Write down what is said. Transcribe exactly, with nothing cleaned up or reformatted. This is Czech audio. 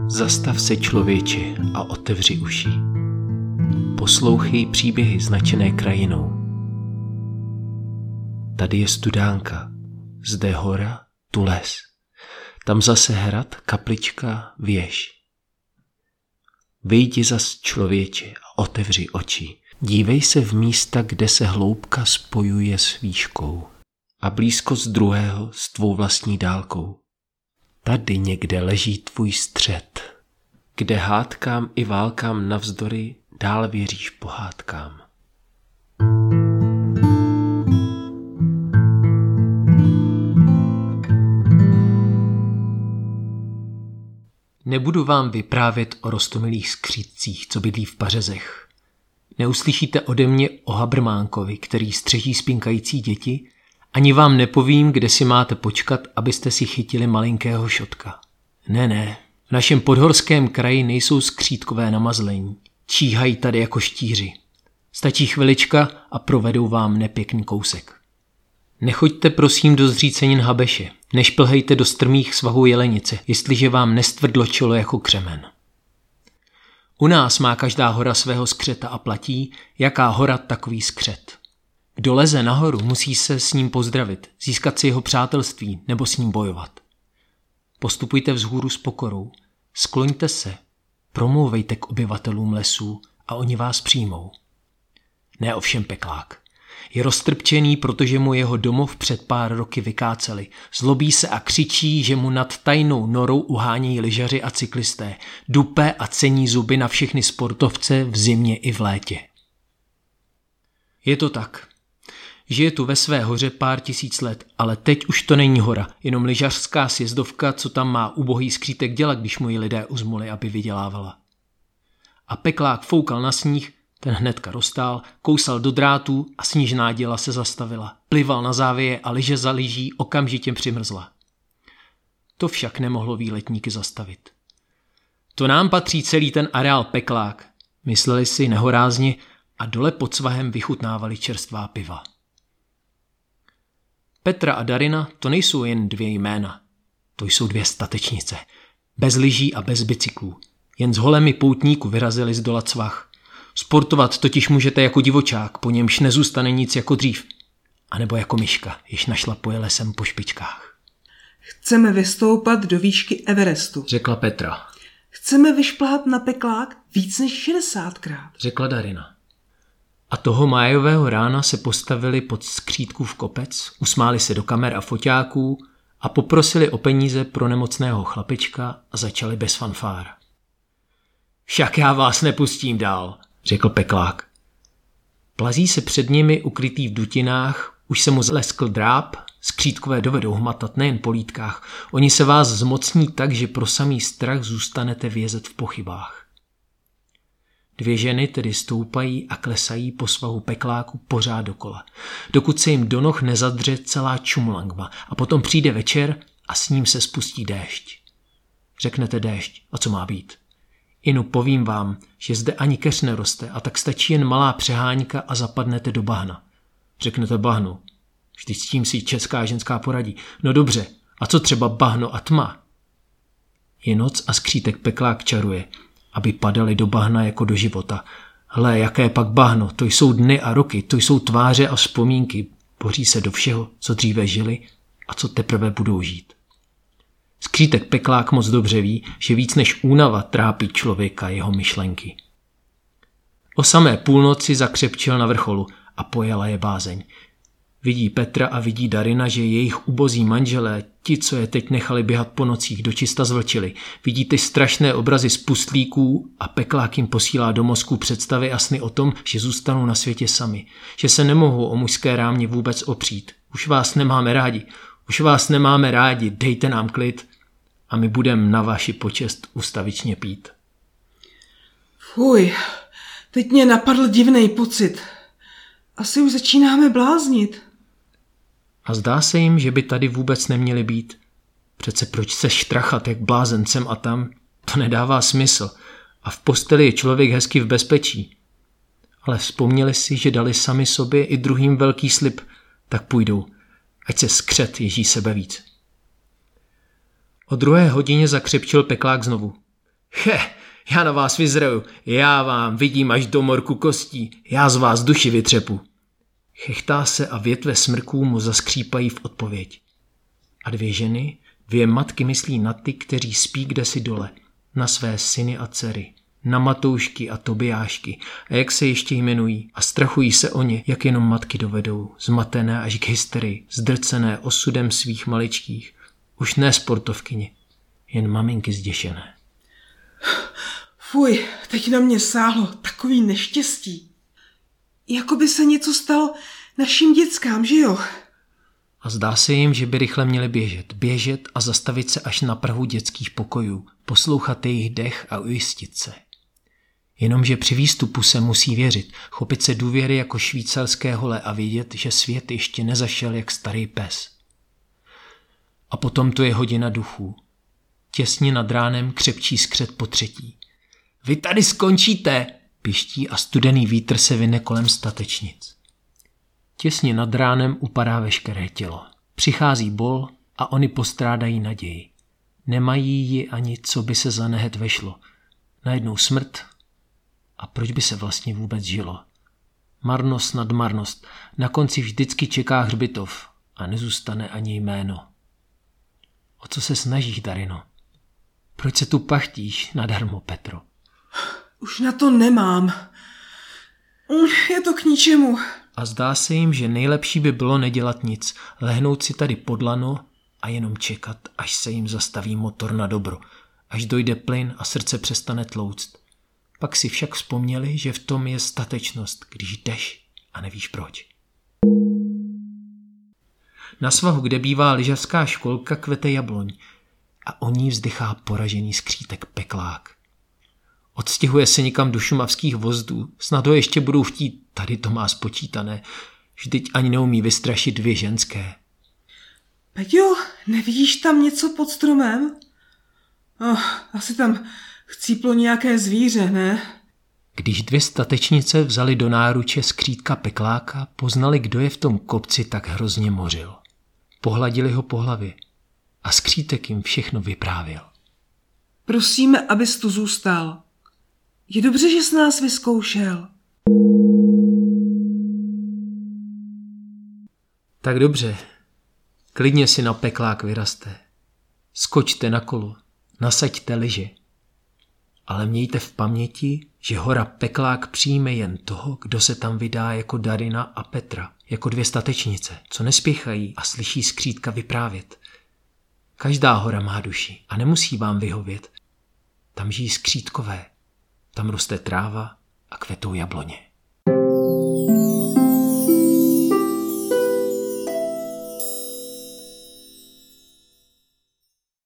Zastav se, člověče, a otevři uši. Poslouchej příběhy značené krajinou. Tady je studánka, zde hora, tu les. Tam zase hrad, kaplička, věž. Vyjdi zas, člověče, a otevři oči. Dívej se v místa, kde se hloubka spojuje s výškou a blízkost druhého s tvou vlastní dálkou. Tady někde leží tvůj střed, kde hádkám i válkám navzdory dál věříš pohádkám. Nebudu vám vyprávět o roztomilých skřídcích, co bydlí v pařezech. Neuslyšíte ode mě o Habrmánkovi, který střeží spinkající děti, ani vám nepovím, kde si máte počkat, abyste si chytili malinkého šotka. Ne, ne, v našem podhorském kraji nejsou skřídkové namazlení. Číhají tady jako štíři. Stačí chvilička a provedou vám nepěkný kousek. Nechoďte prosím do zřícenin Habeše, nešplhejte do strmých svahů Jelenice, jestliže vám nestvrdlo čelo jako křemen. U nás má každá hora svého skřeta a platí, jaká hora takový skřet. Kdo leze nahoru, musí se s ním pozdravit, získat si jeho přátelství nebo s ním bojovat. Postupujte vzhůru s pokorou, skloňte se, promlouvejte k obyvatelům lesů a oni vás přijmou. Ne ovšem peklák. Je roztrpčený, protože mu jeho domov před pár roky vykáceli. Zlobí se a křičí, že mu nad tajnou norou uhánějí lyžaři a cyklisté. Dupe a cení zuby na všechny sportovce v zimě i v létě. Je to tak. Žije tu ve své hoře pár tisíc let, ale teď už to není hora, jenom lyžařská sjezdovka, co tam má ubohý skřítek dělat, když mu ji lidé uzmuli, aby vydělávala. A peklák foukal na sníh, ten hnedka roztál, kousal do drátů a snížná děla se zastavila. Plival na závěje a lyže za lyží okamžitě přimrzla. To však nemohlo výletníky zastavit. To nám patří celý ten areál peklák, mysleli si nehorázně a dole pod svahem vychutnávali čerstvá piva. Petra a Darina to nejsou jen dvě jména, to jsou dvě statečnice, bez lyží a bez bicyklů, jen s holemi poutníku vyrazili zdolat svah. Sportovat totiž můžete jako divočák, po němž nezůstane nic jako dřív, anebo jako myška, jež našlapuje lesem po špičkách. Chceme vystoupat do výšky Everestu, řekla Petra. Chceme vyšplhat na peklák víc než šedesátkrát, řekla Darina. A toho májového rána se postavili pod skřídkův kopec, usmáli se do kamer a foťáků a poprosili o peníze pro nemocného chlapečka a začali bez fanfár. Však já vás nepustím dál, řekl peklák. Plazí se před nimi ukrytý v dutinách, už se mu zleskl dráp, skřídkové dovedou hmatat nejen po lítkách, oni se vás zmocní tak, že pro samý strach zůstanete vězet v pochybách. Dvě ženy tedy stoupají a klesají po svahu pekláku pořád dokola, dokud se jim do noh nezadře celá čumlangma a potom přijde večer a s ním se spustí déšť. Řeknete déšť, a co má být? Inu, povím vám, že zde ani keř neroste a tak stačí jen malá přeháňka a zapadnete do bahna. Řeknete bahno. Vždyť s tím si česká ženská poradí. No dobře, a co třeba bahno a tma? Je noc a skřítek peklák čaruje, aby padali do bahna jako do života. Hle, jaké pak bahno, to jsou dny a roky, to jsou tváře a vzpomínky. Boří se do všeho, co dříve žili a co teprve budou žít. Skřítek peklák moc dobře ví, že víc než únava trápí člověka jeho myšlenky. O samé půlnoci zakřepčil na vrcholu a pojela je bázeň. Vidí Petra a vidí Darina, že jejich ubozí manželé, ti, co je teď nechali běhat po nocích, dočista zvlčili. Vidí ty strašné obrazy z pustlíků a peklák jim posílá do mozku představy a sny o tom, že zůstanou na světě sami, že se nemohou o mužské rámě vůbec opřít. Už vás nemáme rádi, už vás nemáme rádi, dejte nám klid a my budeme na vaši počest ustavičně pít. Fuj, teď mě napadl divný pocit. Asi už začínáme bláznit. A zdá se jim, že by tady vůbec neměli být. Přece proč se štrachat jak blázen sem a tam? To nedává smysl. A v posteli je člověk hezky v bezpečí. Ale vzpomněli si, že dali sami sobě i druhým velký slib, tak půjdou, ať se skřet ježí sebe víc. O druhé hodině zakřepčil peklák znovu. Che, já na vás vyzraju, já vám vidím až do morku kostí, já z vás duši vytřepu. Chechtá se a větve smrků mu zaskřípají v odpověď. A dvě ženy, dvě matky myslí na ty, kteří spí kdesi dole, na své syny a dcery, na Matoušky a Tobiášky a jak se ještě jmenují a strachují se o ně, jak jenom matky dovedou, zmatené až k hysterii, zdrcené osudem svých maličkých, už ne sportovkyně, jen maminky zděšené. Fuj, teď na mě sáhlo takový neštěstí. Jako by se něco stalo našim dětskám, že jo? A zdá se jim, že by rychle měli běžet, běžet a zastavit se až na prahu dětských pokojů, poslouchat jejich dech a ujistit se. Jenomže při výstupu se musí věřit, chopit se důvěry jako švýcarské hole a vědět, že svět ještě nezašel jak starý pes. A potom tu je hodina duchů. Těsně nad ránem křepčí skřet po třetí. Vy tady skončíte, piští a studený vítr se vine kolem statečnic. Těsně nad ránem upadá veškeré tělo. Přichází bol a oni postrádají naději. Nemají ji ani, co by se za nehet vešlo. Najednou smrt. A proč by se vlastně vůbec žilo? Marnost nad marnost. Na konci vždycky čeká hřbitov a nezůstane ani jméno. O co se snažíš, Darino? Proč se tu pachtíš nadarmo, Petro? Už na to nemám. Je to k ničemu. A zdá se jim, že nejlepší by bylo nedělat nic, lehnout si tady pod lano a jenom čekat, až se jim zastaví motor na dobro, až dojde plyn a srdce přestane tlouct. Pak si však vzpomněli, že v tom je statečnost, když jdeš a nevíš proč. Na svahu, kde bývá lyžařská školka, kvete jabloň a o ní vzdychá poražený skřítek Peklák. Odstěhuje se někam do šumavských vozdů, snad ho ještě budou chtít, tady to má spočítané, vždyť ani neumí vystrašit dvě ženské. Peťo, nevidíš tam něco pod stromem? Oh, asi tam chcíplo nějaké zvíře, ne? Když dvě statečnice vzali do náruče skřítka Pekláka, poznali, kdo je v tom kopci tak hrozně mořil. Pohladili ho po hlavě a skřítek jim všechno vyprávěl. Prosíme, abys tu zůstal. Je dobře, že jsi nás vyzkoušel. Tak dobře, klidně si na Peklák vyraste. Skočte na kolo, nasaďte lyže. Ale mějte v paměti, že hora Peklák přijme jen toho, kdo se tam vydá jako Darina a Petra, jako dvě statečnice, co nespěchají a slyší skřítka vyprávět. Každá hora má duši a nemusí vám vyhovět. Tam žijí skřítkové, tam roste tráva a kvetou jabloně.